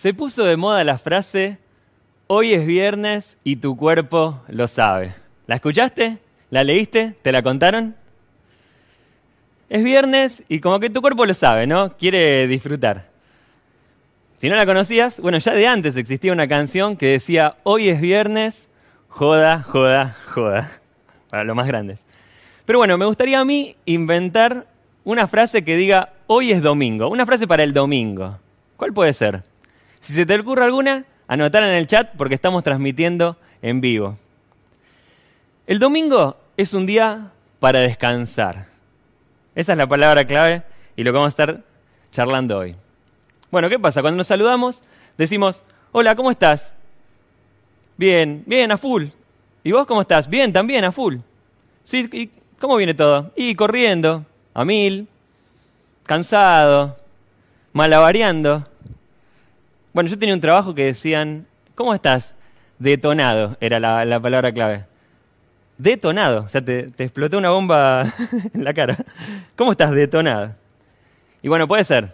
Se puso de moda la frase, hoy es viernes y tu cuerpo lo sabe. ¿La escuchaste? ¿La leíste? ¿Te la contaron? Es viernes y como que tu cuerpo lo sabe, ¿no? Quiere disfrutar. Si no la conocías, bueno, ya de antes existía una canción que decía, hoy es viernes, joda, joda, joda. Para los más grandes. Pero bueno, me gustaría a mí inventar una frase que diga, hoy es domingo. Una frase para el domingo. ¿Cuál puede ser? Si se te ocurre alguna, anotala en el chat porque estamos transmitiendo en vivo. El domingo es un día para descansar. Esa es la palabra clave y lo que vamos a estar charlando hoy. Bueno, ¿qué pasa? Cuando nos saludamos, decimos, hola, ¿cómo estás? Bien, bien, a full. ¿Y vos cómo estás? Bien, también, a full. Sí, ¿y cómo viene todo? Y corriendo, a 1000, cansado, malabareando. Bueno, yo tenía un trabajo que decían, ¿cómo estás? Detonado, era la palabra clave. Detonado, o sea, te explotó una bomba en la cara. ¿Cómo estás detonado? Y bueno, puede ser.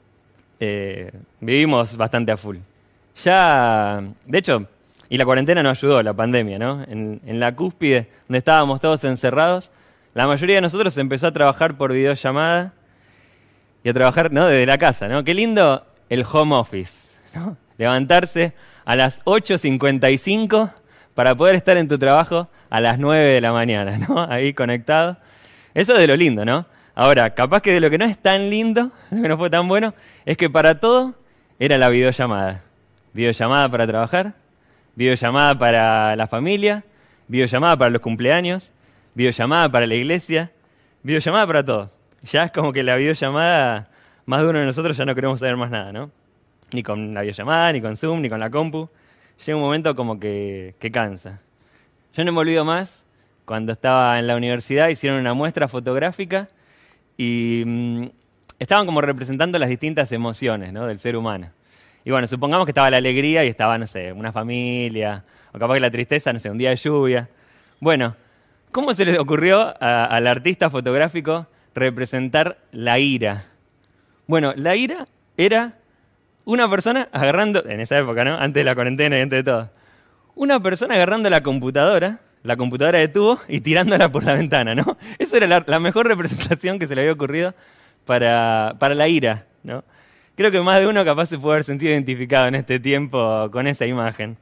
Vivimos bastante a full. Ya, de hecho, y la cuarentena nos ayudó, la pandemia, ¿no? En la cúspide, donde estábamos todos encerrados, la mayoría de nosotros empezó a trabajar por videollamada y a trabajar, ¿no? Desde la casa, ¿no? Qué lindo el home office, ¿no? Levantarse a las 8:55 para poder estar en tu trabajo a las 9 de la mañana, ¿no? Ahí conectado. Eso es de lo lindo, ¿no? Ahora, capaz que de lo que no es tan lindo, lo que no fue tan bueno, es que para todo era la videollamada. Videollamada para trabajar, videollamada para la familia, videollamada para los cumpleaños, videollamada para la iglesia, videollamada para todo. Ya es como que la videollamada, más de uno de nosotros ya no queremos saber más nada, ¿no? Ni con la videollamada, ni con Zoom, ni con la compu. Llega un momento como que cansa. Yo no me olvido más, cuando estaba en la universidad hicieron una muestra fotográfica y estaban como representando las distintas emociones, ¿no? Del ser humano. Y bueno, supongamos que estaba la alegría y estaba, no sé, una familia, o capaz que la tristeza, no sé, un día de lluvia. Bueno, ¿cómo se les ocurrió al artista fotográfico representar la ira? Bueno, la ira era una persona agarrando, en esa época, ¿no? Antes de la cuarentena y antes de todo, una persona agarrando la computadora de tubo y tirándola por la ventana, ¿no? Esa era la mejor representación que se le había ocurrido para la ira, ¿no? Creo que más de uno capaz se puede haber sentido identificado en este tiempo con esa imagen.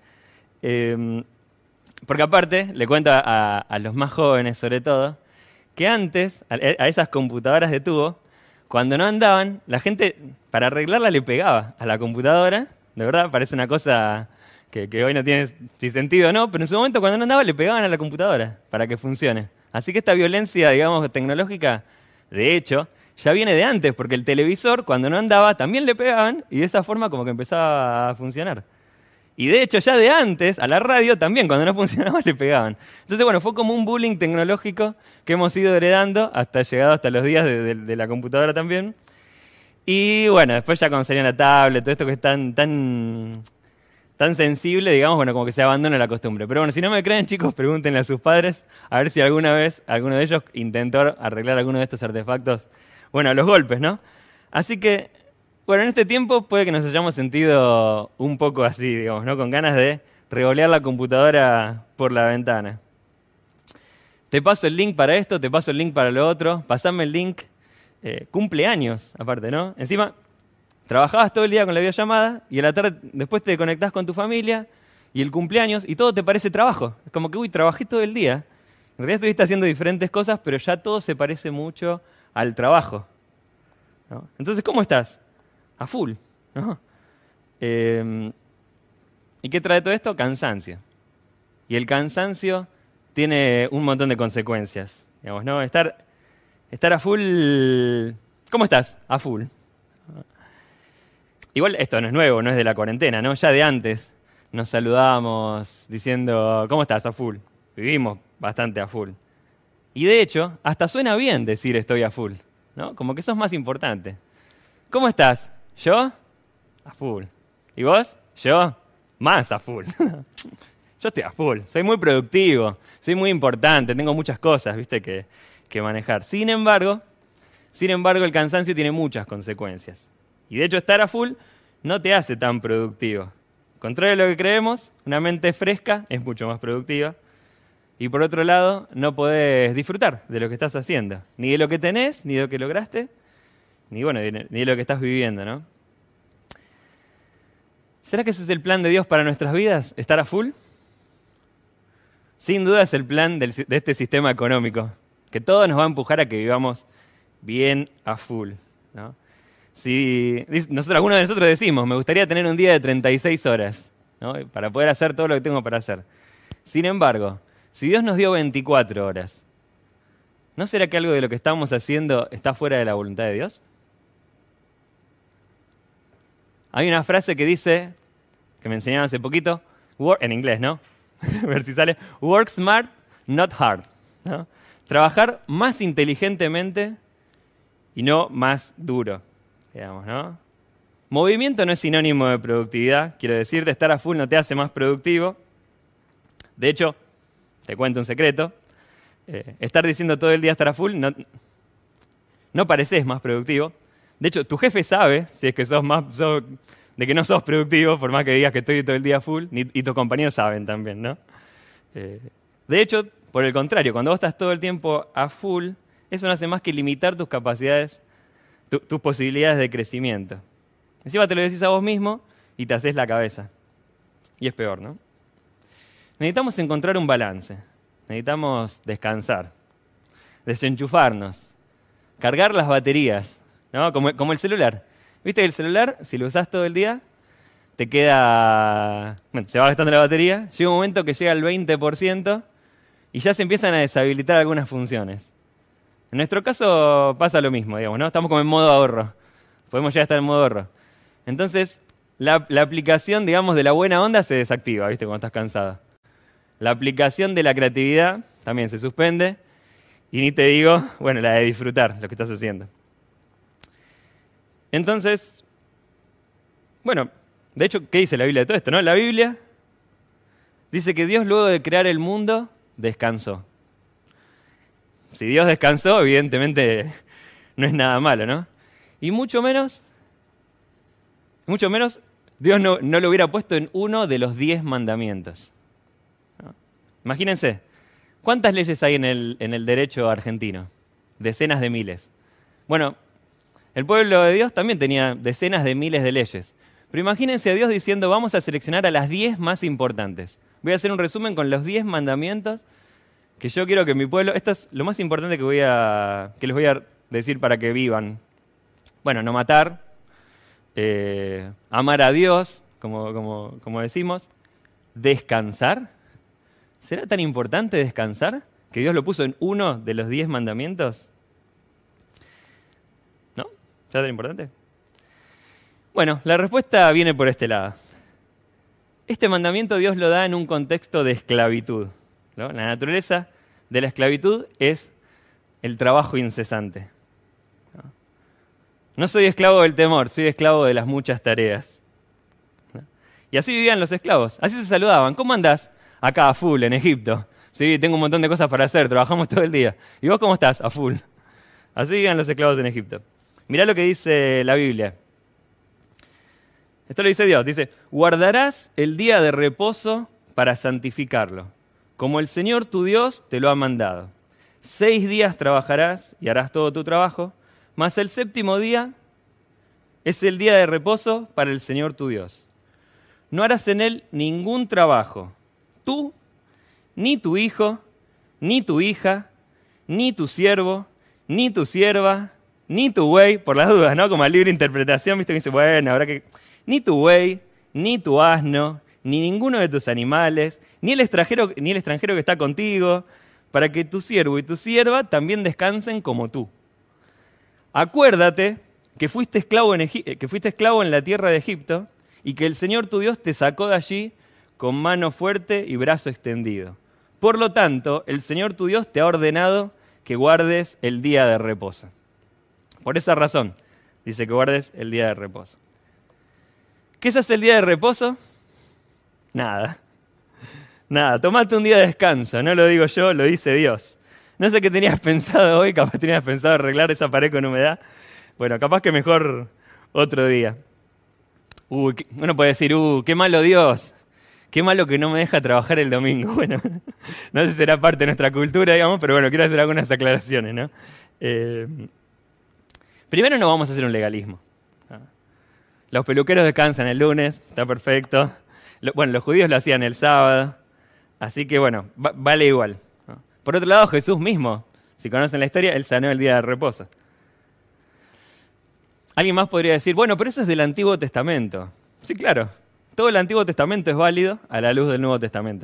Porque aparte, le cuento a los más jóvenes sobre todo, que antes, a esas computadoras de tubo, cuando no andaban, la gente para arreglarla le pegaba a la computadora. De verdad, parece una cosa que hoy no tiene si sentido o no, pero en su momento cuando no andaba le pegaban a la computadora para que funcione. Así que esta violencia, digamos, tecnológica, de hecho, ya viene de antes, porque el televisor, cuando no andaba, también le pegaban y de esa forma como que empezaba a funcionar. Y de hecho, ya de antes, a la radio también, cuando no funcionaba, le pegaban. Entonces, bueno, fue como un bullying tecnológico que hemos ido heredando llegado hasta los días de la computadora también. Y bueno, después ya cuando salía la tablet, todo esto que es tan sensible, digamos, bueno, como que se abandona la costumbre. Pero bueno, si no me creen, chicos, pregúntenle a sus padres a ver si alguna vez alguno de ellos intentó arreglar alguno de estos artefactos. Bueno, a los golpes, ¿no? Así que, bueno, en este tiempo puede que nos hayamos sentido un poco así, digamos, ¿no? Con ganas de revolear la computadora por la ventana. Te paso el link para esto, te paso el link para lo otro, pasame el link. Cumpleaños, aparte, ¿no? Encima, trabajabas todo el día con la videollamada y a la tarde después te conectás con tu familia y el cumpleaños y todo te parece trabajo. Es como que, uy, trabajé todo el día. En realidad estuviste haciendo diferentes cosas, pero ya todo se parece mucho al trabajo, ¿no? Entonces, ¿cómo estás? A full, ¿no? ¿Y qué trae todo esto? Cansancio. Y el cansancio tiene un montón de consecuencias, digamos, ¿no? Estar a full. ¿Cómo estás? A full. Igual esto no es nuevo, no es de la cuarentena, ¿no? Ya de antes nos saludábamos diciendo, ¿cómo estás? A full. Vivimos bastante a full. Y de hecho, hasta suena bien decir estoy a full, ¿no? Como que eso es más importante. ¿Cómo estás? ¿Yo? A full. ¿Y vos? Yo, más a full. Yo estoy a full. Soy muy productivo, soy muy importante, tengo muchas cosas, ¿viste? que manejar. Sin embargo, el cansancio tiene muchas consecuencias. Y de hecho, estar a full no te hace tan productivo. Contrario a lo que creemos, una mente fresca es mucho más productiva. Y por otro lado, no podés disfrutar de lo que estás haciendo. Ni de lo que tenés, ni de lo que lograste, ni de lo que estás viviendo, ¿no? ¿Será que ese es el plan de Dios para nuestras vidas? ¿Estar a full? Sin duda es el plan de este sistema económico, que todo nos va a empujar a que vivamos bien a full, ¿no? Si algunos de nosotros decimos, me gustaría tener un día de 36 horas, ¿no? Para poder hacer todo lo que tengo para hacer. Sin embargo, si Dios nos dio 24 horas, ¿no será que algo de lo que estamos haciendo está fuera de la voluntad de Dios? Hay una frase que dice, que me enseñaron hace poquito, en inglés, ¿no? A ver si sale. Work smart, not hard, ¿no? Trabajar más inteligentemente y no más duro, digamos, ¿no? Movimiento no es sinónimo de productividad. Quiero decirte, estar a full no te hace más productivo. De hecho, te cuento un secreto. Estar diciendo todo el día estar a full no pareces más productivo. De hecho, tu jefe sabe si es que de que no sos productivo, por más que digas que estoy todo el día full, y tus compañeros saben también, ¿no? De hecho, por el contrario, cuando vos estás todo el tiempo a full, eso no hace más que limitar tus capacidades, tus posibilidades de crecimiento. Encima te lo decís a vos mismo y te haces la cabeza. Y es peor, ¿no? Necesitamos encontrar un balance. Necesitamos descansar, desenchufarnos, cargar las baterías, ¿no? Como el celular. ¿Viste que el celular, si lo usás todo el día, te queda... Bueno, se va gastando la batería, llega un momento que llega al 20% y ya se empiezan a deshabilitar algunas funciones. En nuestro caso pasa lo mismo, digamos, ¿no? Estamos como en modo ahorro. Podemos ya estar en modo ahorro. Entonces, la aplicación, digamos, de la buena onda se desactiva, ¿viste? Cuando estás cansado. La aplicación de la creatividad también se suspende. Y ni te digo, bueno, la de disfrutar lo que estás haciendo. Entonces, bueno, de hecho, ¿qué dice la Biblia de todo esto, no? La Biblia dice que Dios, luego de crear el mundo, descansó. Si Dios descansó, evidentemente no es nada malo, ¿no? Y mucho menos, Dios no lo hubiera puesto en uno de los 10 mandamientos, ¿no? Imagínense, ¿cuántas leyes hay en el derecho argentino? Decenas de miles. Bueno, el pueblo de Dios también tenía decenas de miles de leyes. Pero imagínense a Dios diciendo, vamos a seleccionar a las 10 más importantes. Voy a hacer un resumen con los 10 mandamientos que yo quiero que mi pueblo... Esto es lo más importante que les voy a decir para que vivan. Bueno, no matar, amar a Dios, como decimos, descansar. ¿Será tan importante descansar que Dios lo puso en uno de los 10 mandamientos? ¿No? ¿Será tan importante? Bueno, la respuesta viene por este lado. Este mandamiento Dios lo da en un contexto de esclavitud, ¿no? La naturaleza de la esclavitud es el trabajo incesante. No soy esclavo del temor, soy esclavo de las muchas tareas, ¿no? Y así vivían los esclavos, así se saludaban. ¿Cómo andás? Acá a full, en Egipto. Sí, tengo un montón de cosas para hacer, trabajamos todo el día. ¿Y vos cómo estás? A full. Así vivían los esclavos en Egipto. Mirá lo que dice la Biblia. Esto lo dice Dios, dice, guardarás el día de reposo para santificarlo, como el Señor tu Dios te lo ha mandado. 6 días trabajarás y harás todo tu trabajo, mas el 7º día es el día de reposo para el Señor tu Dios. No harás en él ningún trabajo, tú, ni tu hijo, ni tu hija, ni tu siervo, ni tu sierva, ni tu buey, por las dudas, ¿no? Como al libre interpretación, viste que dice, bueno, habrá que... Ni tu buey, ni tu asno, ni ninguno de tus animales, ni el extranjero que está contigo, para que tu siervo y tu sierva también descansen como tú. Acuérdate que fuiste esclavo en la tierra de Egipto y que el Señor tu Dios te sacó de allí con mano fuerte y brazo extendido. Por lo tanto, el Señor tu Dios te ha ordenado que guardes el día de reposo. Por esa razón, dice que guardes el día de reposo. ¿Qué es el día de reposo? Nada. Tomate un día de descanso, no lo digo yo, lo dice Dios. No sé qué tenías pensado hoy, capaz tenías pensado arreglar esa pared con humedad. Bueno, capaz que mejor otro día. Uno puede decir, qué malo Dios, qué malo que no me deja trabajar el domingo. Bueno, no sé si será parte de nuestra cultura, digamos, pero bueno, quiero hacer algunas aclaraciones, ¿no? Primero no vamos a hacer un legalismo. Los peluqueros descansan el lunes, está perfecto. Bueno, los judíos lo hacían el sábado, así que bueno, vale igual. Por otro lado, Jesús mismo, si conocen la historia, él sanó el día de reposo. Alguien más podría decir, bueno, pero eso es del Antiguo Testamento. Sí, claro, todo el Antiguo Testamento es válido a la luz del Nuevo Testamento.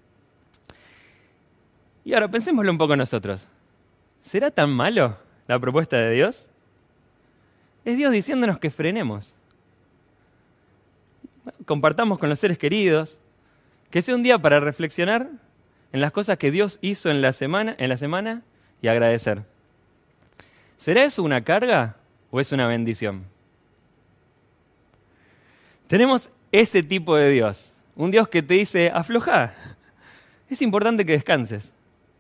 Y ahora pensémoslo un poco nosotros. ¿Será tan malo la propuesta de Dios? Es Dios diciéndonos que frenemos. Compartamos con los seres queridos, que sea un día para reflexionar en las cosas que Dios hizo en la semana y agradecer. ¿Será eso una carga o es una bendición? Tenemos ese tipo de Dios, un Dios que te dice, aflojá, es importante que descanses.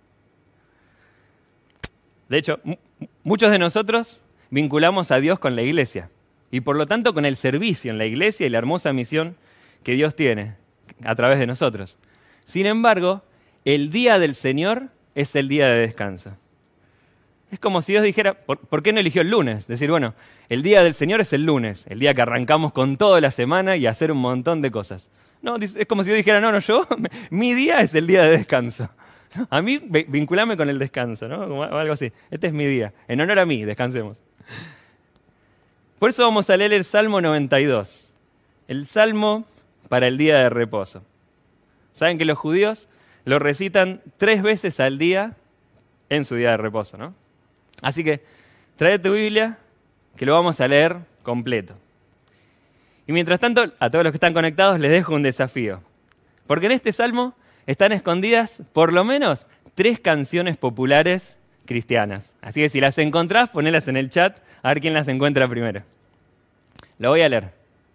De hecho, muchos de nosotros vinculamos a Dios con la iglesia y por lo tanto con el servicio en la iglesia y la hermosa misión que Dios tiene a través de nosotros. Sin embargo, el día del Señor es el día de descanso. Es como si Dios dijera, ¿por qué no eligió el lunes? Decir, bueno, el día del Señor es el lunes, el día que arrancamos con toda la semana y hacer un montón de cosas. No, es como si Dios dijera, no, mi día es el día de descanso. A mí, vinculame con el descanso, ¿no? O algo así. Este es mi día. En honor a mí, descansemos. Por eso vamos a leer el Salmo 92. El Salmo para el día de reposo. Saben que los judíos lo recitan 3 veces al día en su día de reposo, ¿no? Así que trae tu Biblia, que lo vamos a leer completo. Y mientras tanto, a todos los que están conectados les dejo un desafío. Porque en este Salmo están escondidas por lo menos 3 canciones populares cristianas. Así que si las encontrás, ponelas en el chat, a ver quién las encuentra primero. Lo voy a leer.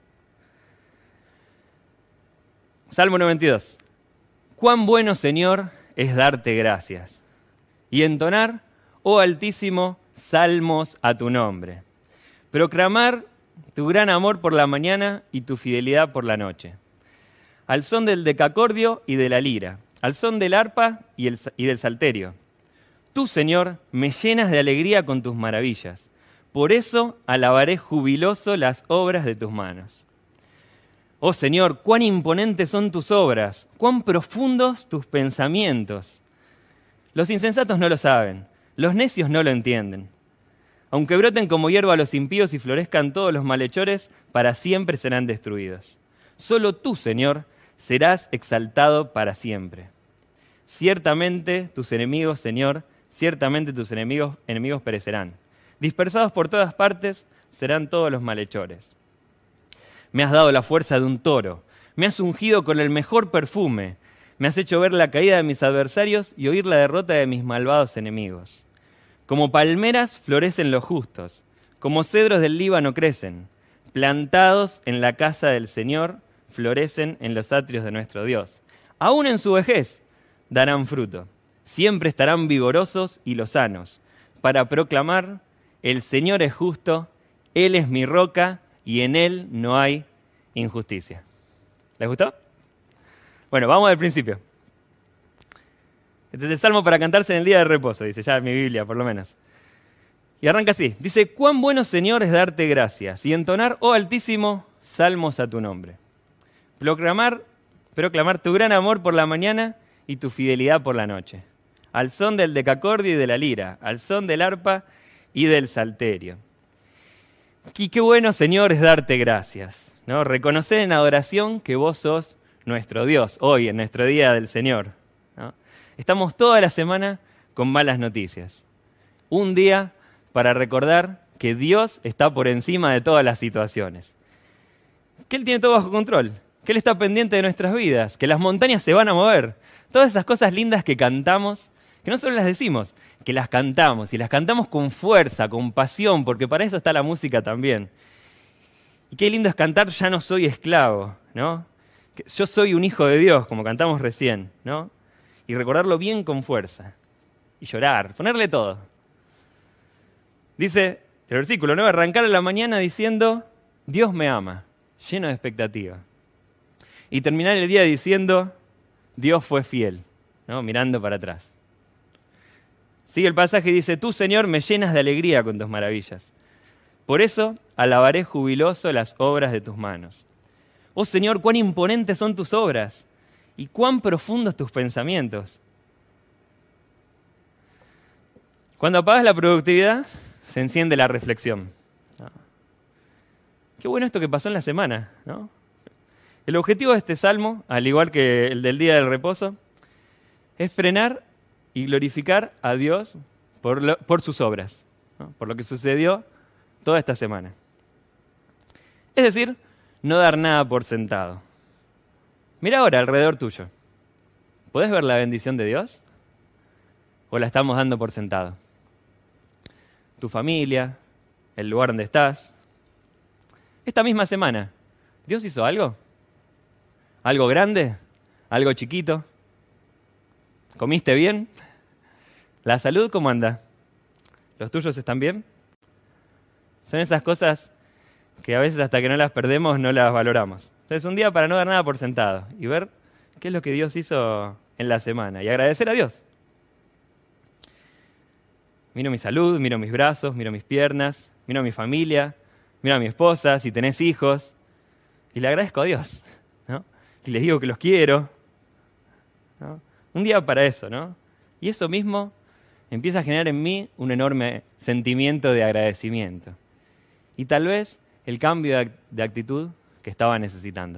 Salmo 92. Cuán bueno, Señor, es darte gracias y entonar, oh Altísimo, salmos a tu nombre. Proclamar tu gran amor por la mañana y tu fidelidad por la noche. Al son del decacordio y de la lira, al son del arpa y del salterio. Tú, Señor, me llenas de alegría con tus maravillas. Por eso alabaré jubiloso las obras de tus manos. Oh Señor, cuán imponentes son tus obras, cuán profundos tus pensamientos. Los insensatos no lo saben, los necios no lo entienden. Aunque broten como hierba los impíos y florezcan todos los malhechores, para siempre serán destruidos. Solo tú, Señor, serás exaltado para siempre. Ciertamente tus enemigos, Señor, ciertamente tus enemigos perecerán. Dispersados por todas partes serán todos los malhechores. Me has dado la fuerza de un toro, me has ungido con el mejor perfume, me has hecho ver la caída de mis adversarios y oír la derrota de mis malvados enemigos. Como palmeras florecen los justos, como cedros del Líbano crecen, plantados en la casa del Señor, florecen en los atrios de nuestro Dios. Aún en su vejez darán fruto, siempre estarán vigorosos y lozanos, para proclamar, el Señor es justo, Él es mi roca, y en Él no hay injusticia. ¿Les gustó? Bueno, vamos al principio. Este es el Salmo para cantarse en el día de reposo, dice ya en mi Biblia, por lo menos. Y arranca así. Dice, cuán bueno, Señor, es darte gracias y entonar, oh Altísimo, salmos a tu nombre. Proclamar tu gran amor por la mañana y tu fidelidad por la noche. Al son del decacordio y de la lira, al son del arpa y del salterio. Y qué bueno, Señor, es darte gracias, ¿no? Reconocer en adoración que vos sos nuestro Dios, hoy, en nuestro día del Señor, ¿no? Estamos toda la semana con malas noticias. Un día para recordar que Dios está por encima de todas las situaciones. Que Él tiene todo bajo control, que Él está pendiente de nuestras vidas, que las montañas se van a mover. Todas esas cosas lindas que cantamos, que no solo las decimos, que las cantamos, y las cantamos con fuerza, con pasión, porque para eso está la música también. Y qué lindo es cantar Ya no soy esclavo, ¿no? Yo soy un hijo de Dios, como cantamos recién, ¿no? Y recordarlo bien con fuerza. Y llorar, ponerle todo. Dice el versículo 9, arrancar a la mañana diciendo, Dios me ama. lleno de expectativa. Y terminar el día diciendo, Dios fue fiel, ¿no? Mirando para atrás. Sigue el pasaje y dice, tú, Señor, me llenas de alegría con tus maravillas. Por eso alabaré jubiloso las obras de tus manos. Oh Señor, cuán imponentes son tus obras y cuán profundos tus pensamientos. Cuando apagas la productividad, se enciende la reflexión. Qué bueno esto que pasó en la semana, ¿no? El objetivo de este salmo, al igual que el del día del reposo, es frenar y glorificar a Dios por sus obras, ¿no? Por lo que sucedió toda esta semana. Es decir, no dar nada por sentado. Mira ahora alrededor tuyo. ¿Podés ver la bendición de Dios? ¿O la estamos dando por sentado? Tu familia, el lugar donde estás. Esta misma semana, ¿Dios hizo algo? ¿Algo grande? ¿Algo chiquito? ¿Comiste bien? ¿La salud cómo anda? ¿Los tuyos están bien? Son esas cosas que a veces hasta que no las perdemos no las valoramos. Entonces un día para no dar nada por sentado y ver qué es lo que Dios hizo en la semana y agradecer a Dios. Miro mi salud, miro mis brazos, miro mis piernas, miro a mi familia, miro a mi esposa, si tenés hijos, y le agradezco a Dios, ¿no? Y les digo que los quiero, ¿no? Un día para eso, ¿no? Y eso mismo empieza a generar en mí un enorme sentimiento de agradecimiento. Y tal vez el cambio de actitud que estaba necesitando.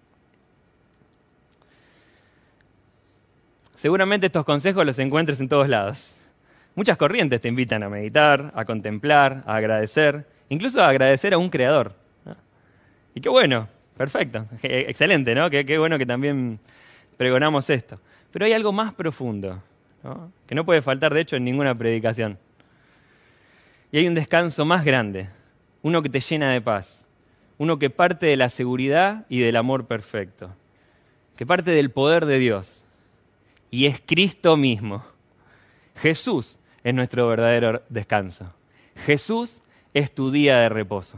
Seguramente estos consejos los encuentres en todos lados. Muchas corrientes te invitan a meditar, a contemplar, a agradecer, incluso a agradecer a un creador, ¿no? Y qué bueno, perfecto, excelente, ¿no? Qué bueno que también pregonamos esto. Pero hay algo más profundo, ¿no? Que no puede faltar, de hecho, en ninguna predicación. Y hay un descanso más grande, uno que te llena de paz, uno que parte de la seguridad y del amor perfecto, que parte del poder de Dios, y es Cristo mismo. Jesús es nuestro verdadero descanso. Jesús es tu día de reposo.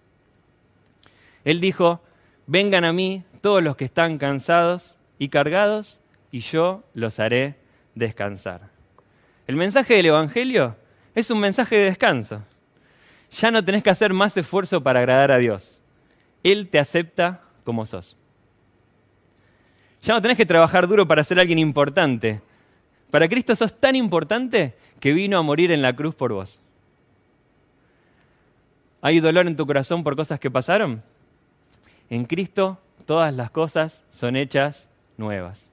Él dijo, vengan a mí todos los que están cansados y cargados, y yo los haré descansar. El mensaje del Evangelio es un mensaje de descanso. Ya no tenés que hacer más esfuerzo para agradar a Dios. Él te acepta como sos. Ya no tenés que trabajar duro para ser alguien importante. Para Cristo sos tan importante que vino a morir en la cruz por vos. ¿Hay dolor en tu corazón por cosas que pasaron? En Cristo todas las cosas son hechas nuevas.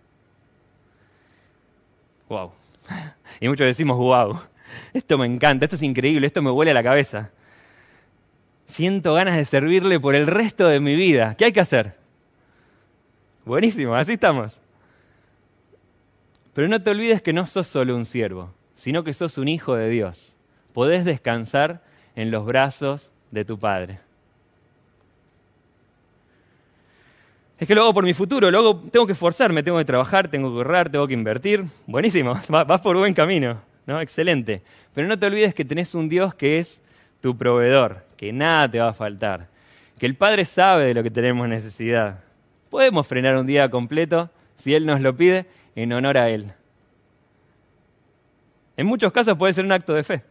Wow. Y muchos decimos, wow, esto me encanta, esto es increíble, esto me huele a la cabeza. Siento ganas de servirle por el resto de mi vida. ¿Qué hay que hacer? Buenísimo, así estamos. Pero no te olvides que no sos solo un siervo, sino que sos un hijo de Dios. Podés descansar en los brazos de tu Padre. Es que lo hago por mi futuro, luego tengo que esforzarme, tengo que trabajar, tengo que ahorrar, tengo que invertir. Buenísimo, vas por buen camino, ¿no? Excelente. Pero no te olvides que tenés un Dios que es tu proveedor, que nada te va a faltar, que el Padre sabe de lo que tenemos necesidad. Podemos frenar un día completo, si Él nos lo pide, en honor a Él. En muchos casos puede ser un acto de fe.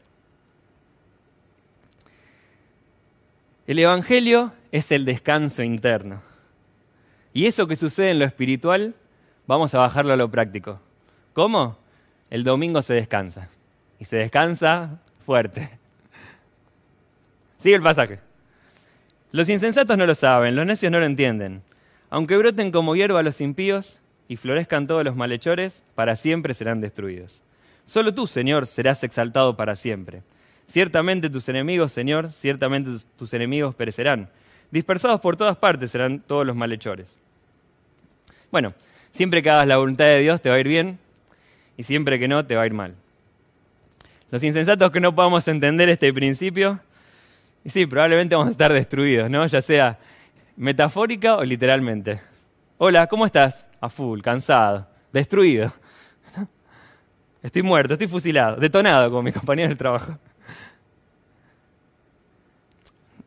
El Evangelio es el descanso interno. Y eso que sucede en lo espiritual, vamos a bajarlo a lo práctico. ¿Cómo? El domingo se descansa. Y se descansa fuerte. Sigue el pasaje. Los insensatos no lo saben, los necios no lo entienden. Aunque broten como hierba los impíos y florezcan todos los malhechores, para siempre serán destruidos. Solo tú, Señor, serás exaltado para siempre. Ciertamente tus enemigos, Señor, ciertamente tus enemigos perecerán. Dispersados por todas partes serán todos los malhechores. Bueno, siempre que hagas la voluntad de Dios te va a ir bien y siempre que no te va a ir mal. Los insensatos que no podamos entender este principio, y sí, probablemente vamos a estar destruidos, ¿no? Ya sea metafórica o literalmente. Hola, ¿cómo estás? A full, cansado, destruido. Estoy muerto, estoy fusilado, detonado como mi compañero del trabajo.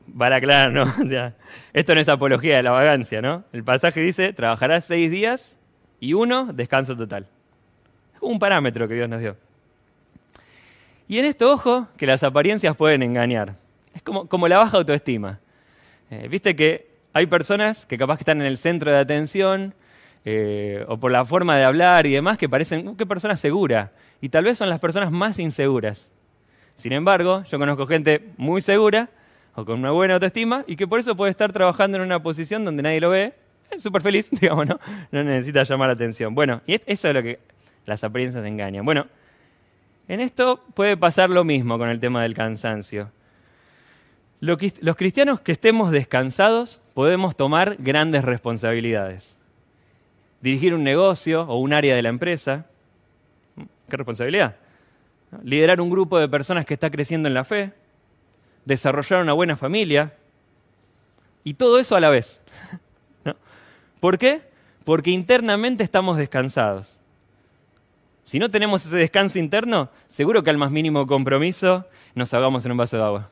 para aclarar, ¿no? O sea, esto no es apología de la vagancia, ¿no? El pasaje dice, trabajarás 6 días y 1 descanso total. Es como un parámetro que Dios nos dio. Y en esto, ojo, que las apariencias pueden engañar. Es como la baja autoestima. Viste que hay personas que capaz que están en el centro de atención, o por la forma de hablar y demás, que parecen, qué persona segura. Y tal vez son las personas más inseguras. Sin embargo, yo conozco gente muy segura, o con una buena autoestima, y que por eso puede estar trabajando en una posición donde nadie lo ve, súper feliz, digamos, ¿no? No necesita llamar la atención. Bueno, y eso es lo que las apariencias engañan. Bueno, en esto puede pasar lo mismo con el tema del cansancio. Los cristianos que estemos descansados podemos tomar grandes responsabilidades. Dirigir un negocio o un área de la empresa. ¿Qué responsabilidad? Liderar un grupo de personas que está creciendo en la fe. Desarrollar una buena familia. Y todo eso a la vez. ¿No? ¿Por qué? Porque internamente estamos descansados. Si no tenemos ese descanso interno, seguro que al más mínimo compromiso nos ahogamos en un vaso de agua.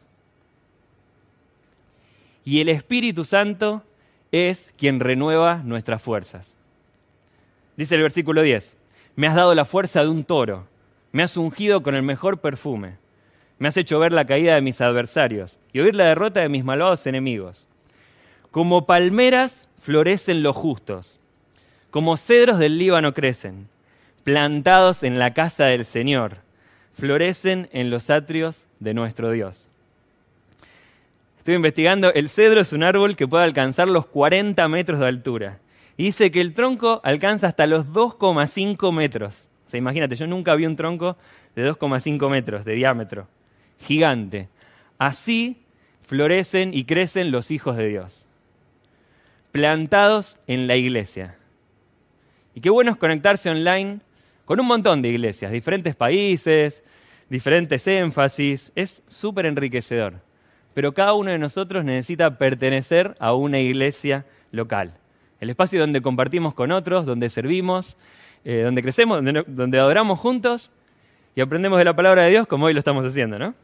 Y el Espíritu Santo es quien renueva nuestras fuerzas. Dice el versículo 10, me has dado la fuerza de un toro, me has ungido con el mejor perfume, me has hecho ver la caída de mis adversarios y oír la derrota de mis malvados enemigos. Como palmeras florecen los justos, como cedros del Líbano crecen, plantados en la casa del Señor, florecen en los atrios de nuestro Dios. Estoy investigando, el cedro es un árbol que puede alcanzar los 40 metros de altura. Y dice que el tronco alcanza hasta los 2,5 metros. O sea, imagínate, yo nunca vi un tronco de 2,5 metros de diámetro. Gigante. Así florecen y crecen los hijos de Dios. Plantados en la iglesia. Y qué bueno es conectarse online con un montón de iglesias, diferentes países, diferentes énfasis. Es súper enriquecedor. Pero cada uno de nosotros necesita pertenecer a una iglesia local. El espacio donde compartimos con otros, donde servimos, donde crecemos, donde adoramos juntos y aprendemos de la palabra de Dios como hoy lo estamos haciendo, ¿no?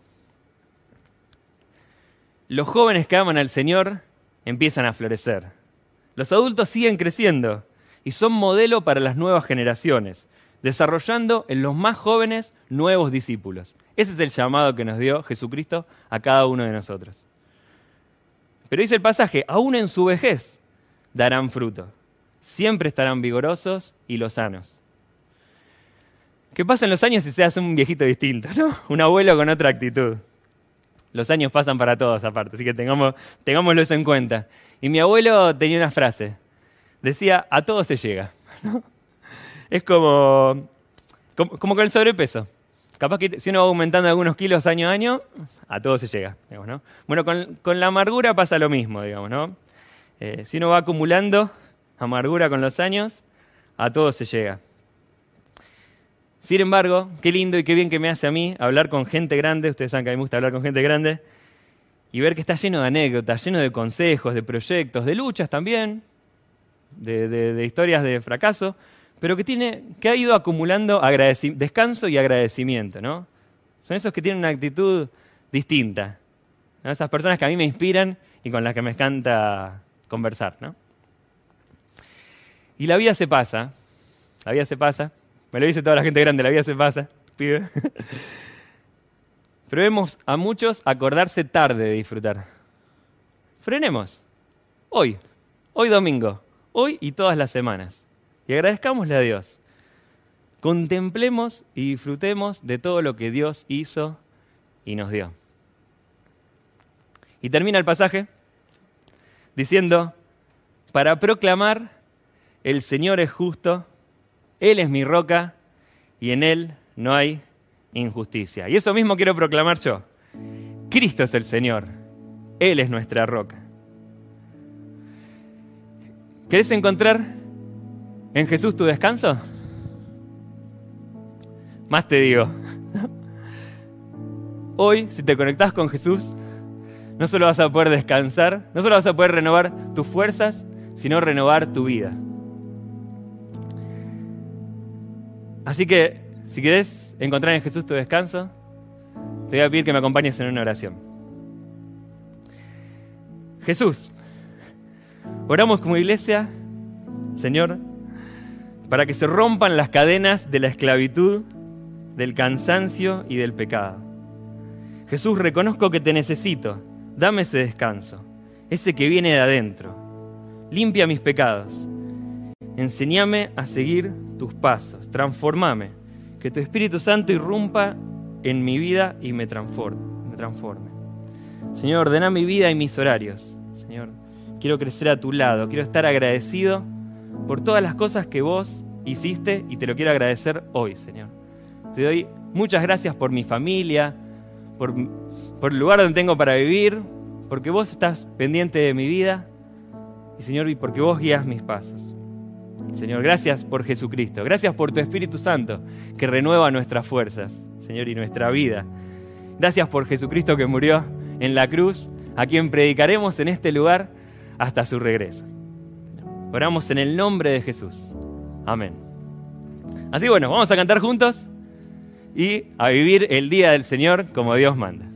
Los jóvenes que aman al Señor empiezan a florecer. Los adultos siguen creciendo y son modelo para las nuevas generaciones, desarrollando en los más jóvenes nuevos discípulos. Ese es el llamado que nos dio Jesucristo a cada uno de nosotros. Pero dice el pasaje, aún en su vejez darán fruto. Siempre estarán vigorosos y lozanos. ¿Qué pasa en los años si se hace un viejito distinto, ¿no? Un abuelo con otra actitud. Los años pasan para todos aparte, así que tengámoslo eso en cuenta. Y mi abuelo tenía una frase. Decía, a todo se llega. ¿No? Es como con el sobrepeso. Capaz que si uno va aumentando algunos kilos año a año, a todo se llega, digamos, ¿no? Bueno, con la amargura pasa lo mismo, digamos, ¿no? Si uno va acumulando amargura con los años, a todo se llega. Sin embargo, qué lindo y qué bien que me hace a mí hablar con gente grande, ustedes saben que a mí me gusta hablar con gente grande, y ver que está lleno de anécdotas, lleno de consejos, de proyectos, de luchas también, de historias de fracaso, pero que ha ido acumulando descanso y agradecimiento, ¿no? Son esos que tienen una actitud distinta, ¿no? Esas personas que a mí me inspiran y con las que me encanta conversar, ¿no? Y la vida se pasa, me lo dice toda la gente grande, la vida se pasa, pibe. Pero vemos a muchos acordarse tarde de disfrutar. Frenemos, hoy domingo, hoy y todas las semanas. Y agradezcámosle a Dios. Contemplemos y disfrutemos de todo lo que Dios hizo y nos dio. Y termina el pasaje diciendo, para proclamar, el Señor es justo, Él es mi roca y en Él no hay injusticia. Y eso mismo quiero proclamar yo. Cristo es el Señor, Él es nuestra roca. ¿Querés encontrar en Jesús tu descanso? Más te digo, hoy si te conectás con Jesús, no solo vas a poder descansar, no solo vas a poder renovar tus fuerzas, sino renovar tu vida. Así que, si querés encontrar en Jesús tu descanso, te voy a pedir que me acompañes en una oración. Jesús, oramos como iglesia, Señor, para que se rompan las cadenas de la esclavitud, del cansancio y del pecado. Jesús, reconozco que te necesito. Dame ese descanso, ese que viene de adentro. Limpia mis pecados. Enséñame a seguir tus pasos. Transformame. Que tu Espíritu Santo irrumpa en mi vida y me transforme. Señor, ordena mi vida y mis horarios. Señor, quiero crecer a tu lado. Quiero estar agradecido por todas las cosas que vos hiciste y te lo quiero agradecer hoy, Señor. Te doy muchas gracias por mi familia, por el lugar donde tengo para vivir, porque vos estás pendiente de mi vida y, Señor, y porque vos guías mis pasos. Señor, gracias por Jesucristo, gracias por tu Espíritu Santo que renueva nuestras fuerzas, Señor, y nuestra vida. Gracias por Jesucristo que murió en la cruz, a quien predicaremos en este lugar hasta su regreso. Oramos en el nombre de Jesús. Amén. Así bueno, vamos a cantar juntos y a vivir el día del Señor como Dios manda.